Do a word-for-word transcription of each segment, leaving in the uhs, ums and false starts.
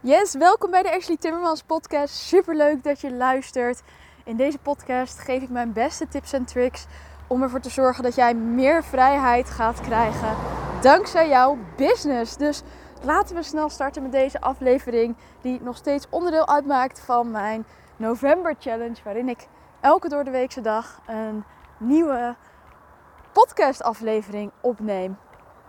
Yes, welkom bij de Ashley Timmermans podcast. Superleuk dat je luistert. In deze podcast geef ik mijn beste tips en tricks om ervoor te zorgen dat jij meer vrijheid gaat krijgen dankzij jouw business. Dus laten we snel starten met deze aflevering die nog steeds onderdeel uitmaakt van mijn November Challenge, waarin ik elke door de weekse dag een nieuwe podcast aflevering opneem.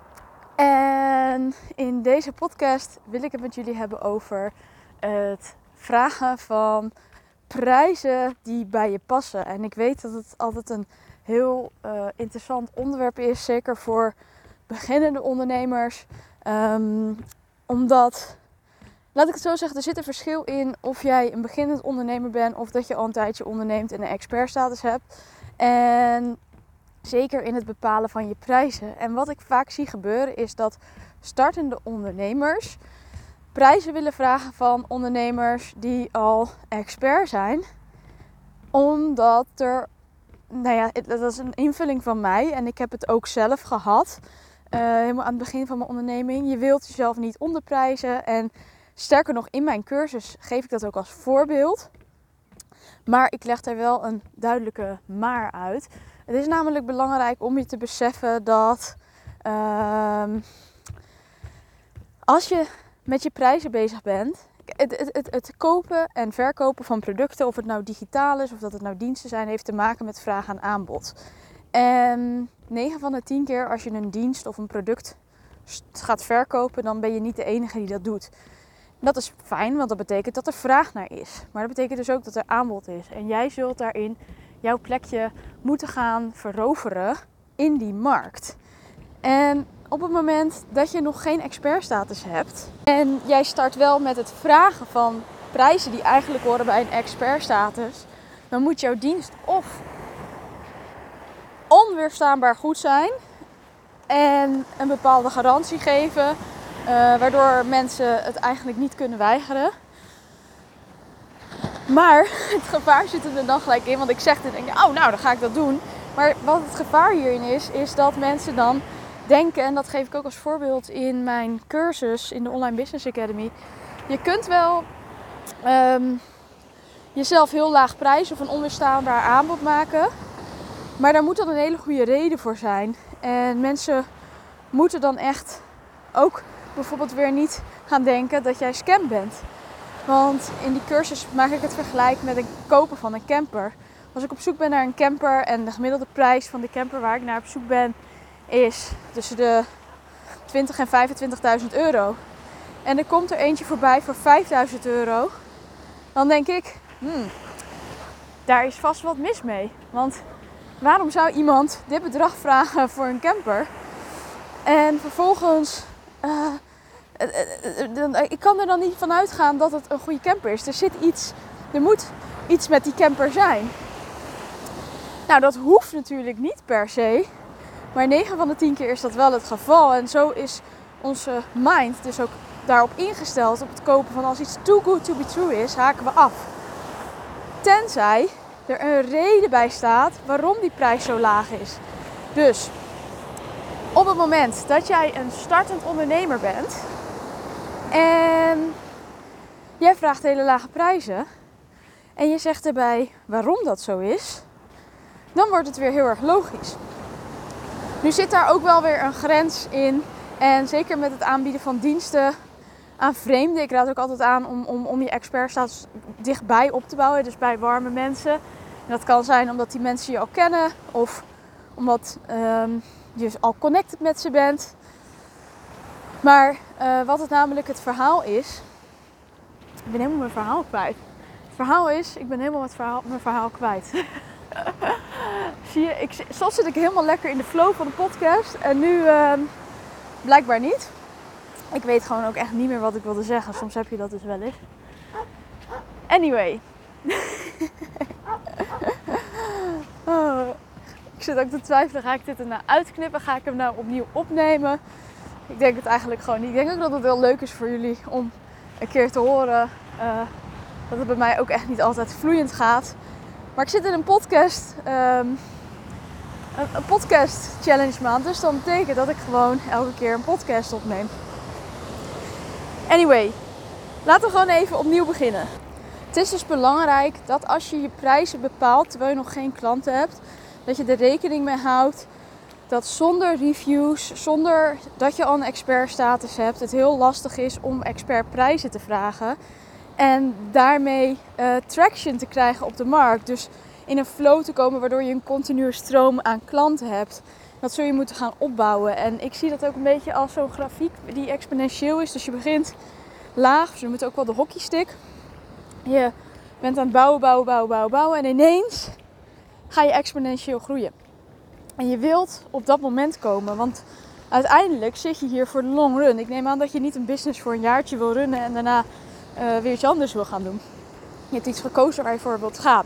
En in deze podcast wil ik het met jullie hebben over het vragen van prijzen die bij je passen. En ik weet dat het altijd een heel uh, interessant onderwerp is, zeker voor beginnende ondernemers. Um, omdat, laat ik het zo zeggen, er zit een verschil in of jij een beginnend ondernemer bent of dat je al een tijdje onderneemt en een expertstatus hebt. En zeker in het bepalen van je prijzen. En wat ik vaak zie gebeuren is dat startende ondernemers prijzen willen vragen van ondernemers die al expert zijn. Omdat er, nou ja, dat is een invulling van mij en ik heb het ook zelf gehad. Uh, helemaal aan het begin van mijn onderneming. Je wilt jezelf niet onderprijzen. En sterker nog, in mijn cursus geef ik dat ook als voorbeeld. Maar ik leg daar wel een duidelijke maar uit. Het is namelijk belangrijk om je te beseffen dat uh, als je met je prijzen bezig bent, het, het, het, het kopen en verkopen van producten, of het nou digitaal is of dat het nou diensten zijn, heeft te maken met vraag en aanbod. En negen van de tien keer als je een dienst of een product gaat verkopen, dan ben je niet de enige die dat doet. Dat is fijn, want dat betekent dat er vraag naar is. Maar dat betekent dus ook dat er aanbod is. En jij zult daarin jouw plekje moeten gaan veroveren in die markt. En op het moment dat je nog geen expertstatus hebt en jij start wel met het vragen van prijzen die eigenlijk horen bij een expertstatus, dan moet jouw dienst of onweerstaanbaar goed zijn en een bepaalde garantie geven, uh, waardoor mensen het eigenlijk niet kunnen weigeren. Maar het gevaar zit er dan gelijk in, want ik zeg dit en denk, oh nou, dan ga ik dat doen. Maar wat het gevaar hierin is, is dat mensen dan denken, en dat geef ik ook als voorbeeld in mijn cursus in de Online Business Academy. Je kunt wel um, jezelf heel laag prijzen of een onweerstaanbaar aanbod maken. Maar daar moet dan een hele goede reden voor zijn. En mensen moeten dan echt ook bijvoorbeeld weer niet gaan denken dat jij scam bent. Want in die cursus maak ik het vergelijk met het kopen van een camper. Als ik op zoek ben naar een camper en de gemiddelde prijs van de camper waar ik naar op zoek ben is tussen de twintig en vijfentwintigduizend euro. En er komt er eentje voorbij voor vijfduizend euro. Dan denk ik, hmm, daar is vast wat mis mee. Want waarom zou iemand dit bedrag vragen voor een camper? En vervolgens, uh, ik kan er dan niet van uitgaan dat het een goede camper is. Er zit iets, er moet iets met die camper zijn. Nou, dat hoeft natuurlijk niet per se. Maar negen van de tien keer is dat wel het geval. En zo is onze mind dus ook daarop ingesteld, op het kopen van als iets too good to be true is, haken we af. Tenzij er een reden bij staat waarom die prijs zo laag is. Dus op het moment dat jij een startend ondernemer bent en jij vraagt hele lage prijzen en je zegt erbij waarom dat zo is, dan wordt het weer heel erg logisch. Nu zit daar ook wel weer een grens in en zeker met het aanbieden van diensten aan vreemden. Ik raad ook altijd aan om, om, om je expertstatus dichtbij op te bouwen, dus bij warme mensen. En dat kan zijn omdat die mensen je al kennen of omdat um, je al connected met ze bent. Maar uh, wat het namelijk het verhaal is, ik ben helemaal mijn verhaal kwijt. Het verhaal is, ik ben helemaal het verhaal, mijn verhaal kwijt. Zie je, ik, soms zit ik helemaal lekker in de flow van de podcast en nu uh, blijkbaar niet. Ik weet gewoon ook echt niet meer wat ik wilde zeggen. Soms heb je dat dus wel eens. Anyway. oh, ik zit ook te twijfelen. Ga ik dit er nou uitknippen? Ga ik hem nou opnieuw opnemen? Ik denk het eigenlijk gewoon niet. Ik denk ook dat het heel leuk is voor jullie om een keer te horen uh, dat het bij mij ook echt niet altijd vloeiend gaat. Maar ik zit in een podcast, um, een, een podcast challenge maand. Dus dat betekent dat ik gewoon elke keer een podcast opneem. Anyway, laten we gewoon even opnieuw beginnen. Het is dus belangrijk dat als je je prijzen bepaalt terwijl je nog geen klanten hebt, dat je er rekening mee houdt dat zonder reviews, zonder dat je al een expertstatus hebt, het heel lastig is om expertprijzen te vragen. En daarmee uh, traction te krijgen op de markt. Dus in een flow te komen waardoor je een continue stroom aan klanten hebt. Dat zul je moeten gaan opbouwen. En ik zie dat ook een beetje als zo'n grafiek die exponentieel is. Dus je begint laag, dus je moet ook wel de hockeystick. Je bent aan het bouwen, bouwen, bouwen, bouwen, bouwen. En ineens ga je exponentieel groeien. En je wilt op dat moment komen. Want uiteindelijk zit je hier voor de long run. Ik neem aan dat je niet een business voor een jaartje wil runnen en daarna uh, weer iets anders wil gaan doen. Je hebt iets gekozen waar je voor wilt gaan.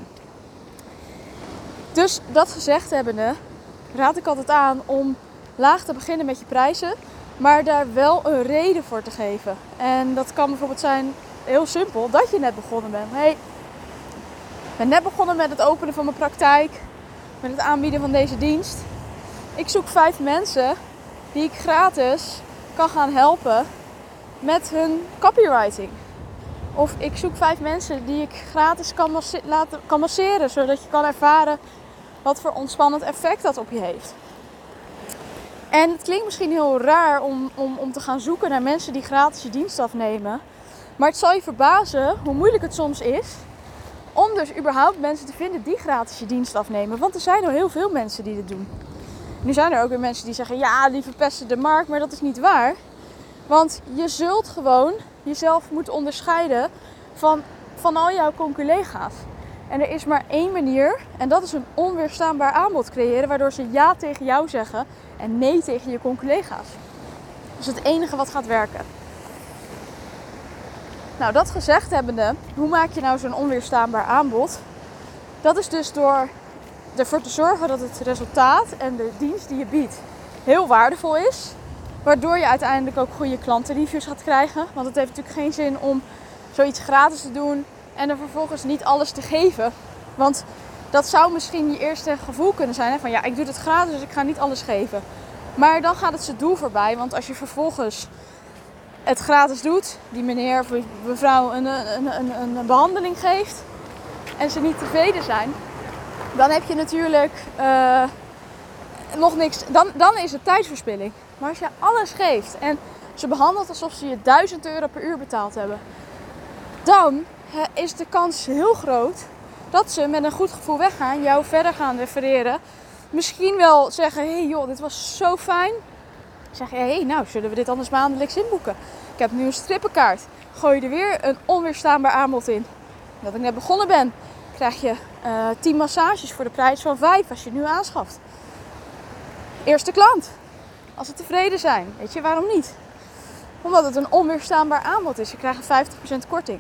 Dus dat gezegd hebbende, raad ik altijd aan om laag te beginnen met je prijzen. Maar daar wel een reden voor te geven. En dat kan bijvoorbeeld zijn, heel simpel, dat je net begonnen bent. Hey, ik ben net begonnen met het openen van mijn praktijk. Met het aanbieden van deze dienst. Ik zoek vijf mensen die ik gratis kan gaan helpen met hun copywriting. Of ik zoek vijf mensen die ik gratis kan, masse- laten, kan masseren. Zodat je kan ervaren wat voor ontspannend effect dat op je heeft. En het klinkt misschien heel raar om, om, om te gaan zoeken naar mensen die gratis je dienst afnemen. Maar het zal je verbazen hoe moeilijk het soms is om dus überhaupt mensen te vinden die gratis je dienst afnemen. Want er zijn al heel veel mensen die dit doen. Nu zijn er ook weer mensen die zeggen, ja, die verpesten de markt. Maar dat is niet waar. Want je zult gewoon jezelf moeten onderscheiden van, van al jouw conculega's. En er is maar één manier. En dat is een onweerstaanbaar aanbod creëren. Waardoor ze ja tegen jou zeggen en nee tegen je conculega's. Dat is het enige wat gaat werken. Nou, dat gezegd hebbende, hoe maak je nou zo'n onweerstaanbaar aanbod? Dat is dus door ervoor te zorgen dat het resultaat en de dienst die je biedt heel waardevol is. Waardoor je uiteindelijk ook goede klantenreviews gaat krijgen. Want het heeft natuurlijk geen zin om zoiets gratis te doen en er vervolgens niet alles te geven. Want dat zou misschien je eerste gevoel kunnen zijn. Hè? Van ja, ik doe het gratis, dus ik ga niet alles geven. Maar dan gaat het zijn doel voorbij. Want als je vervolgens het gratis doet, die meneer of mevrouw een, een, een, een behandeling geeft en ze niet tevreden zijn, dan heb je natuurlijk uh, nog niks. Dan, dan is het tijdsverspilling. Maar als je alles geeft en ze behandelt alsof ze je duizend euro per uur betaald hebben, dan uh, is de kans heel groot dat ze met een goed gevoel weggaan, jou verder gaan refereren. Misschien wel zeggen, hé hey joh, dit was zo fijn. Zeg je, hé, hey, nou, zullen we dit anders maandelijks inboeken? Ik heb nu een strippenkaart. Gooi je er weer een onweerstaanbaar aanbod in. Dat ik net begonnen ben, krijg je uh, tien massages voor de prijs van vijf als je nu aanschaft. Eerste klant. Als ze tevreden zijn. Weet je, waarom niet? Omdat het een onweerstaanbaar aanbod is. Je krijgt een vijftig procent korting.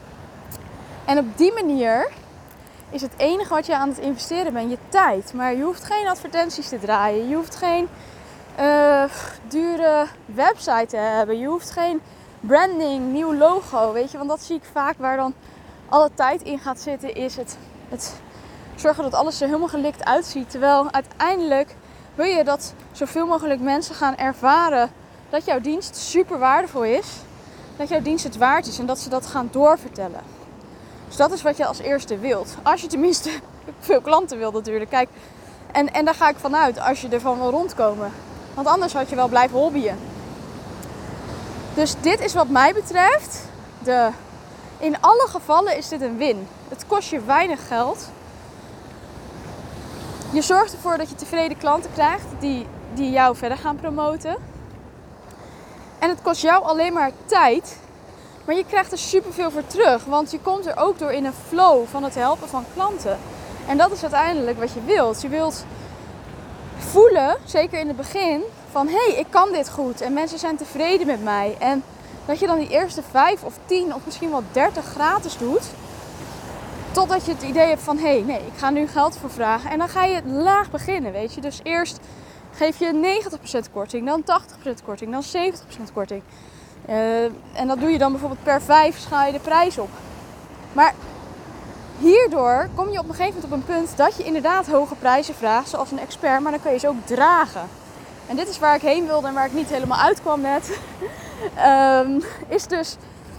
En op die manier is het enige wat je aan het investeren bent je tijd. Maar je hoeft geen advertenties te draaien. Je hoeft geen Uh, dure website te hebben. Je hoeft geen branding, nieuw logo, weet je. Want dat zie ik vaak waar dan alle tijd in gaat zitten, is het, het zorgen dat alles er helemaal gelikt uitziet. Terwijl uiteindelijk wil je dat zoveel mogelijk mensen gaan ervaren dat jouw dienst super waardevol is. Dat jouw dienst het waard is en dat ze dat gaan doorvertellen. Dus dat is wat je als eerste wilt. Als je tenminste veel klanten wilt natuurlijk. Kijk, en, en daar ga ik vanuit als je ervan wil rondkomen. Want anders had je wel blijven hobbyen. Dus dit is wat mij betreft. De, in alle gevallen is dit een win. Het kost je weinig geld. Je zorgt ervoor dat je tevreden klanten krijgt die, die jou verder gaan promoten. En het kost jou alleen maar tijd. Maar je krijgt er superveel voor terug. Want je komt er ook door in een flow van het helpen van klanten. En dat is uiteindelijk wat je wilt. Je wilt voelen, zeker in het begin, van hé, hey, ik kan dit goed en mensen zijn tevreden met mij. En dat je dan die eerste vijf of tien of misschien wel dertig gratis doet, totdat je het idee hebt van hé, hey, nee, ik ga nu geld voor vragen. En dan ga je laag beginnen, weet je. Dus eerst geef je negentig procent korting, dan tachtig procent korting, dan zeventig procent korting. Uh, en dat doe je dan bijvoorbeeld per vijf, schaal je de prijs op. Maar hierdoor kom je op een gegeven moment op een punt dat je inderdaad hoge prijzen vraagt, zoals een expert, maar dan kun je ze ook dragen. En dit is waar ik heen wilde en waar ik niet helemaal uitkwam net. um, is dus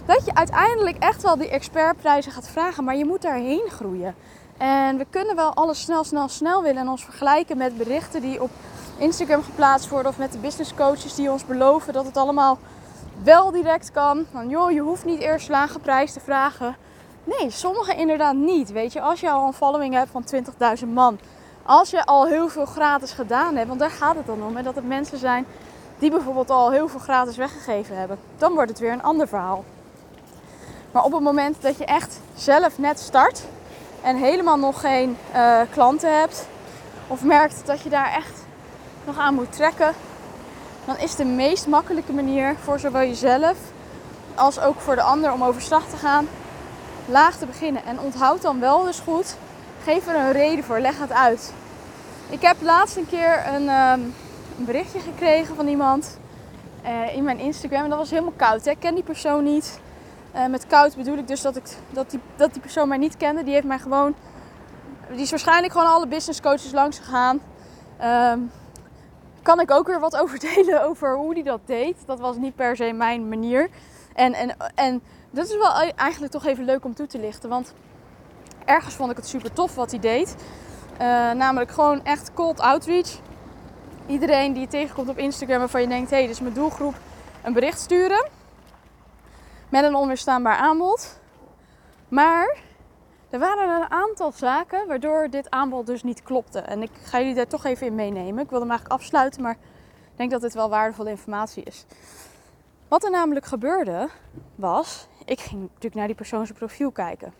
dat je uiteindelijk echt wel die expertprijzen gaat vragen. Maar je moet daarheen groeien. En we kunnen wel alles snel, snel, snel willen en ons vergelijken met berichten die op Instagram geplaatst worden. Of met de business coaches die ons beloven dat het allemaal wel direct kan. Van joh, je hoeft niet eerst lage prijs te vragen. Nee, sommige inderdaad niet. Weet je, als je al een following hebt van twintigduizend man. Als je al heel veel gratis gedaan hebt. Want daar gaat het dan om. Hè, dat het mensen zijn die bijvoorbeeld al heel veel gratis weggegeven hebben. Dan wordt het weer een ander verhaal. Maar op het moment dat je echt zelf net start. En helemaal nog geen uh, klanten hebt. Of merkt dat je daar echt nog aan moet trekken. Dan is de meest makkelijke manier voor zowel jezelf als ook voor de ander om overstag te gaan. Laag te beginnen. En onthoud dan wel dus goed. Geef er een reden voor. Leg het uit. Ik heb laatst een keer een, um, een berichtje gekregen van iemand. Uh, in mijn Instagram. En dat was helemaal koud. Hè? Ik ken die persoon niet. Uh, met koud bedoel ik dus dat, ik, dat, die, dat die persoon mij niet kende. Die heeft mij gewoon... Die is waarschijnlijk gewoon alle business coaches langs gegaan. Um, kan ik ook weer wat over delen over hoe die dat deed. Dat was niet per se mijn manier. En, en, en dat is wel eigenlijk toch even leuk om toe te lichten. Want ergens vond ik het super tof wat hij deed. Uh, namelijk gewoon echt cold outreach. Iedereen die je tegenkomt op Instagram waarvan je denkt... Hé, hey, dit is mijn doelgroep. Een bericht sturen. Met een onweerstaanbaar aanbod. Maar er waren een aantal zaken waardoor dit aanbod dus niet klopte. En ik ga jullie daar toch even in meenemen. Ik wil hem eigenlijk afsluiten, maar ik denk dat dit wel waardevolle informatie is. Wat er namelijk gebeurde was... Ik ging natuurlijk naar die persoon zijn profiel kijken.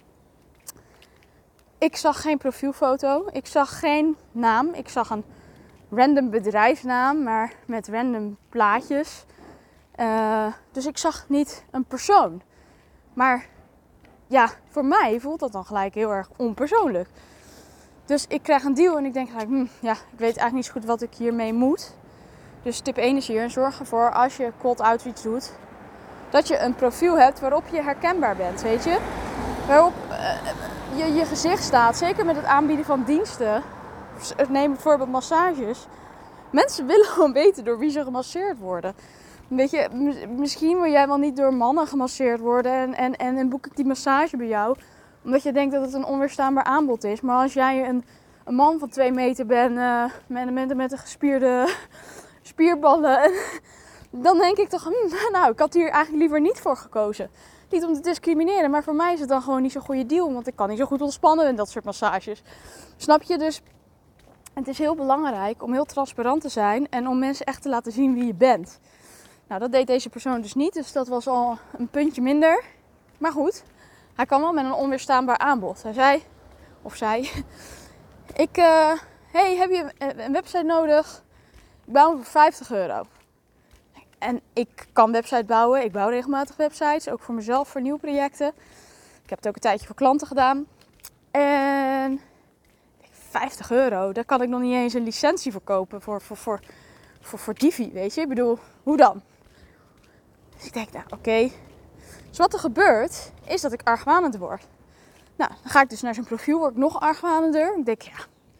Ik zag geen profielfoto. Ik zag geen naam. Ik zag een random bedrijfsnaam, maar met random plaatjes. Uh, dus ik zag niet een persoon. Maar ja, voor mij voelt dat dan gelijk heel erg onpersoonlijk. Dus ik krijg een deal en ik denk gelijk, hm, ja, ik weet eigenlijk niet zo goed wat ik hiermee moet. Dus tip één is hier, zorg ervoor als je cold outreach doet, dat je een profiel hebt waarop je herkenbaar bent, weet je. Waarop uh, je, je gezicht staat, zeker met het aanbieden van diensten. Neem bijvoorbeeld massages. Mensen willen gewoon weten door wie ze gemasseerd worden. Weet je, misschien wil jij wel niet door mannen gemasseerd worden en, en, en, en boek ik die massage bij jou. Omdat je denkt dat het een onweerstaanbaar aanbod is. Maar als jij een, een man van twee meter bent uh, met, met, met een gespierde spierballen. Dan denk ik toch, hm, nou ik had hier eigenlijk liever niet voor gekozen. Niet om te discrimineren, maar voor mij is het dan gewoon niet zo'n goede deal. Want ik kan niet zo goed ontspannen in dat soort massages. Snap je? Dus het is heel belangrijk om heel transparant te zijn en om mensen echt te laten zien wie je bent. Nou, dat deed deze persoon dus niet, dus dat was al een puntje minder. Maar goed, hij kwam wel met een onweerstaanbaar aanbod. Hij zei, of zij, ik, uh, hey, heb je een website nodig? Ik bouw hem voor vijftig euro. En ik kan website bouwen, ik bouw regelmatig websites, ook voor mezelf, voor nieuwe projecten. Ik heb het ook een tijdje voor klanten gedaan. En vijftig euro, daar kan ik nog niet eens een licentie voor kopen voor, voor, voor, voor, voor Divi, weet je. Ik bedoel, hoe dan? Dus ik denk, nou oké. Okay. Dus wat er gebeurt, is dat ik argwanend word. Nou, dan ga ik dus naar zijn profiel, word ik nog argwanender. Ik denk, ja.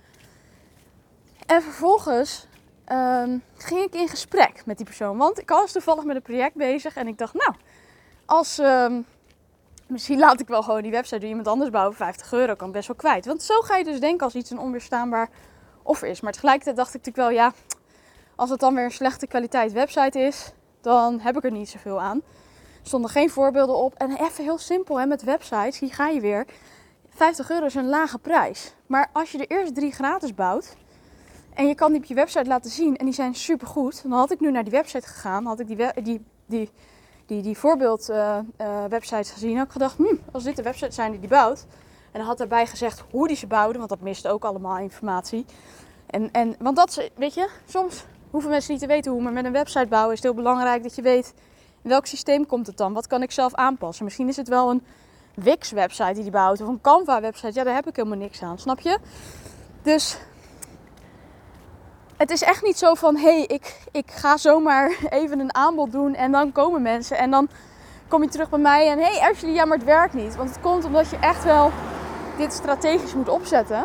En vervolgens um, ging ik in gesprek met die persoon. Want ik was toevallig met een project bezig en ik dacht, nou, als... Um, Misschien laat ik wel gewoon die website door iemand anders bouwen. vijftig euro kan best wel kwijt. Want zo ga je dus denken als iets een onweerstaanbaar offer is. Maar tegelijkertijd dacht ik natuurlijk wel, ja, als het dan weer een slechte kwaliteit website is, dan heb ik er niet zoveel aan. Er stonden geen voorbeelden op. En even heel simpel, hè, met websites, hier ga je weer. vijftig euro is een lage prijs. Maar als je er eerst drie gratis bouwt en je kan die op je website laten zien en die zijn supergoed. Dan had ik nu naar die website gegaan, had ik die... die, die, die die, die voorbeeld uh, uh, websites gezien. Heb ik gedacht, hm, als dit de websites zijn die die bouwt. En dan had daarbij gezegd hoe die ze bouwde, want dat miste ook allemaal informatie. En, en, want dat, weet je, soms hoeven mensen niet te weten hoe, maar met een website bouwen is het heel belangrijk dat je weet in welk systeem komt het dan. Wat kan ik zelf aanpassen? Misschien is het wel een Wix website die die bouwt of een Canva website. Ja, daar heb ik helemaal niks aan, snap je? Dus het is echt niet zo van, hé, hey, ik, ik ga zomaar even een aanbod doen en dan komen mensen. En dan kom je terug bij mij en, hé hey, Ashley, ja, maar het werkt niet. Want het komt omdat je echt wel dit strategisch moet opzetten.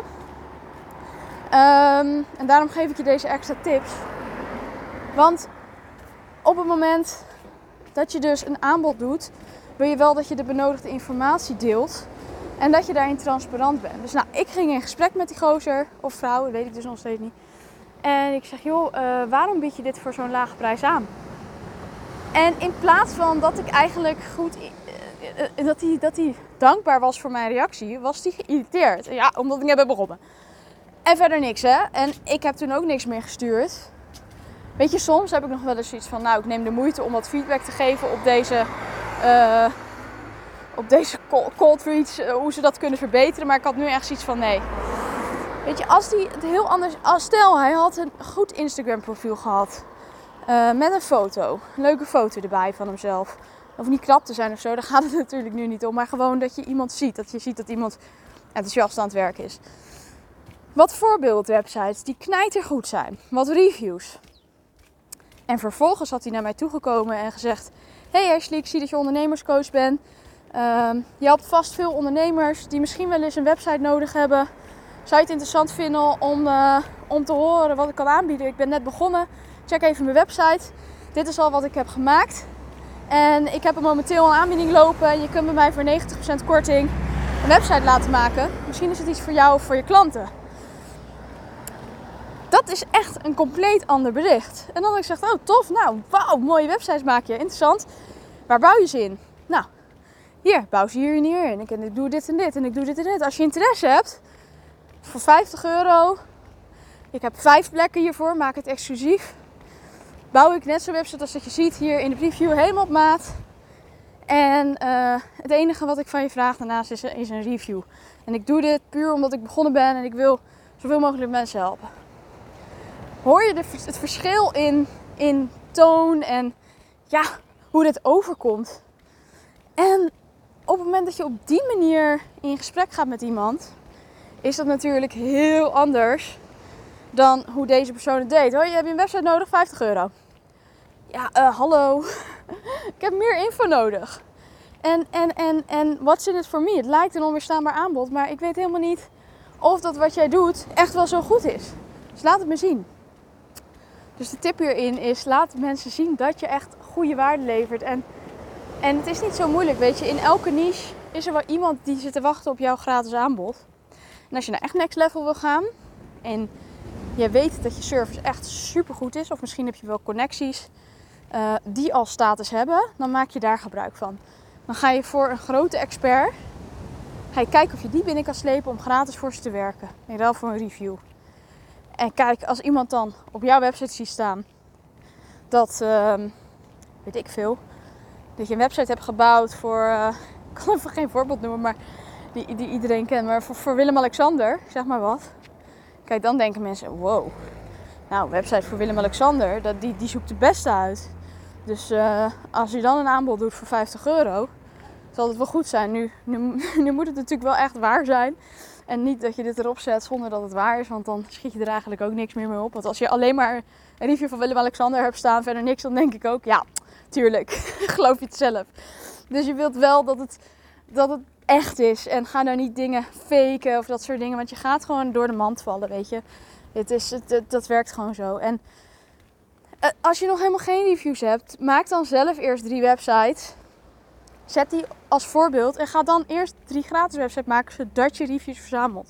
Um, en daarom geef ik je deze extra tips. Want op het moment dat je dus een aanbod doet, wil je wel dat je de benodigde informatie deelt. En dat je daarin transparant bent. Dus nou, ik ging in gesprek met die gozer of vrouw, dat weet ik dus nog steeds niet. En ik zeg, joh, uh, waarom bied je dit voor zo'n lage prijs aan? En in plaats van dat ik eigenlijk goed, uh, uh, dat hij dat hij dankbaar was voor mijn reactie, was hij geïrriteerd. Ja, omdat ik net ben begonnen. En verder niks, hè. En ik heb toen ook niks meer gestuurd. Weet je, soms heb ik nog wel eens zoiets van, nou, ik neem de moeite om wat feedback te geven op deze... Uh, op deze cold reach, uh, hoe ze dat kunnen verbeteren. Maar ik had nu echt zoiets van, nee. Weet je, als die het heel anders... Als, stel, hij had een goed Instagram profiel gehad. Uh, met een foto. Een leuke foto erbij van hemzelf. Of niet knap te zijn of zo, daar gaat het natuurlijk nu niet om. Maar gewoon dat je iemand ziet. Dat je ziet dat iemand enthousiast aan het werk is. Wat voorbeeldwebsites die knijtergoed zijn. Wat reviews. En vervolgens had hij naar mij toegekomen en gezegd... Hey Ashley, ik zie dat je ondernemerscoach bent. Uh, je helpt vast veel ondernemers die misschien wel eens een website nodig hebben. Zou je het interessant vinden om, uh, om te horen wat ik kan aanbieden? Ik ben net begonnen. Check even mijn website. Dit is al wat ik heb gemaakt. En ik heb er momenteel een aanbieding lopen. En je kunt bij mij voor negentig procent korting een website laten maken. Misschien is het iets voor jou of voor je klanten. Dat is echt een compleet ander bericht. En dan had ik gezegd, oh tof, nou wauw, mooie websites maak je. Interessant. Waar bouw je ze in? Nou, hier, bouw ze hier en hier in. En ik doe dit en dit en ik doe dit en dit. Als je interesse hebt, voor vijftig euro. Ik heb vijf plekken hiervoor, maak het exclusief. Bouw ik net zo'n website als dat je ziet hier in de preview, helemaal op maat. En uh, het enige wat ik van je vraag daarnaast is, is een review. En ik doe dit puur omdat ik begonnen ben en ik wil zoveel mogelijk mensen helpen. Hoor je de, het verschil in, in toon en ja, hoe dit overkomt? En op het moment dat je op die manier in gesprek gaat met iemand, is dat natuurlijk heel anders dan hoe deze persoon het deed. Hoi, heb je een website nodig? vijftig euro. Ja, uh, hallo. Ik heb meer info nodig. En, en, en, en what's in it for me? Het lijkt een onweerstaanbaar aanbod, maar ik weet helemaal niet of dat wat jij doet echt wel zo goed is. Dus laat het me zien. Dus de tip hierin is, laat mensen zien dat je echt goede waarde levert. En, en het is niet zo moeilijk, weet je. In elke niche is er wel iemand die zit te wachten op jouw gratis aanbod. En als je nou echt next level wil gaan en je weet dat je service echt super goed is, of misschien heb je wel connecties uh, die al status hebben, dan maak je daar gebruik van. Dan ga je voor een grote expert, ga je kijken of je die binnen kan slepen om gratis voor ze te werken. En wel voor een review. En kijk, als iemand dan op jouw website ziet staan dat, uh, weet ik veel, dat je een website hebt gebouwd voor, uh, ik kan even geen voorbeeld noemen, maar die, die iedereen kent, maar voor, voor Willem-Alexander, zeg maar wat. Kijk, dan denken mensen, wow, nou, website voor Willem-Alexander, dat, die, die zoekt het beste uit. Dus uh, als je dan een aanbod doet voor vijftig euro, zal het wel goed zijn. Nu, nu, nu moet het natuurlijk wel echt waar zijn. En niet dat je dit erop zet zonder dat het waar is, want dan schiet je er eigenlijk ook niks meer mee op. Want als je alleen maar een review van Willem-Alexander hebt staan, verder niks, dan denk ik ook, ja, tuurlijk, geloof je het zelf. Dus je wilt wel dat het, dat het echt is. En ga nou niet dingen faken of dat soort dingen, want je gaat gewoon door de mand vallen, weet je. Het is, het, het, dat werkt gewoon zo. En uh, als je nog helemaal geen reviews hebt, maak dan zelf eerst drie websites. Zet die als voorbeeld en ga dan eerst drie gratis websites maken, zodat je reviews verzamelt.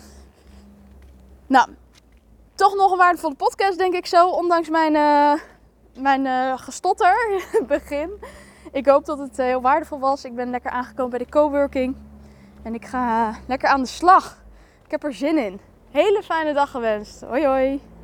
Nou, toch nog een waardevolle podcast, denk ik zo, ondanks mijn, uh, mijn uh, gestotter in het begin. Ik hoop dat het uh, heel waardevol was. Ik ben lekker aangekomen bij de coworking. En ik ga uh, lekker aan de slag. Ik heb er zin in. Hele fijne dag gewenst. Hoi hoi.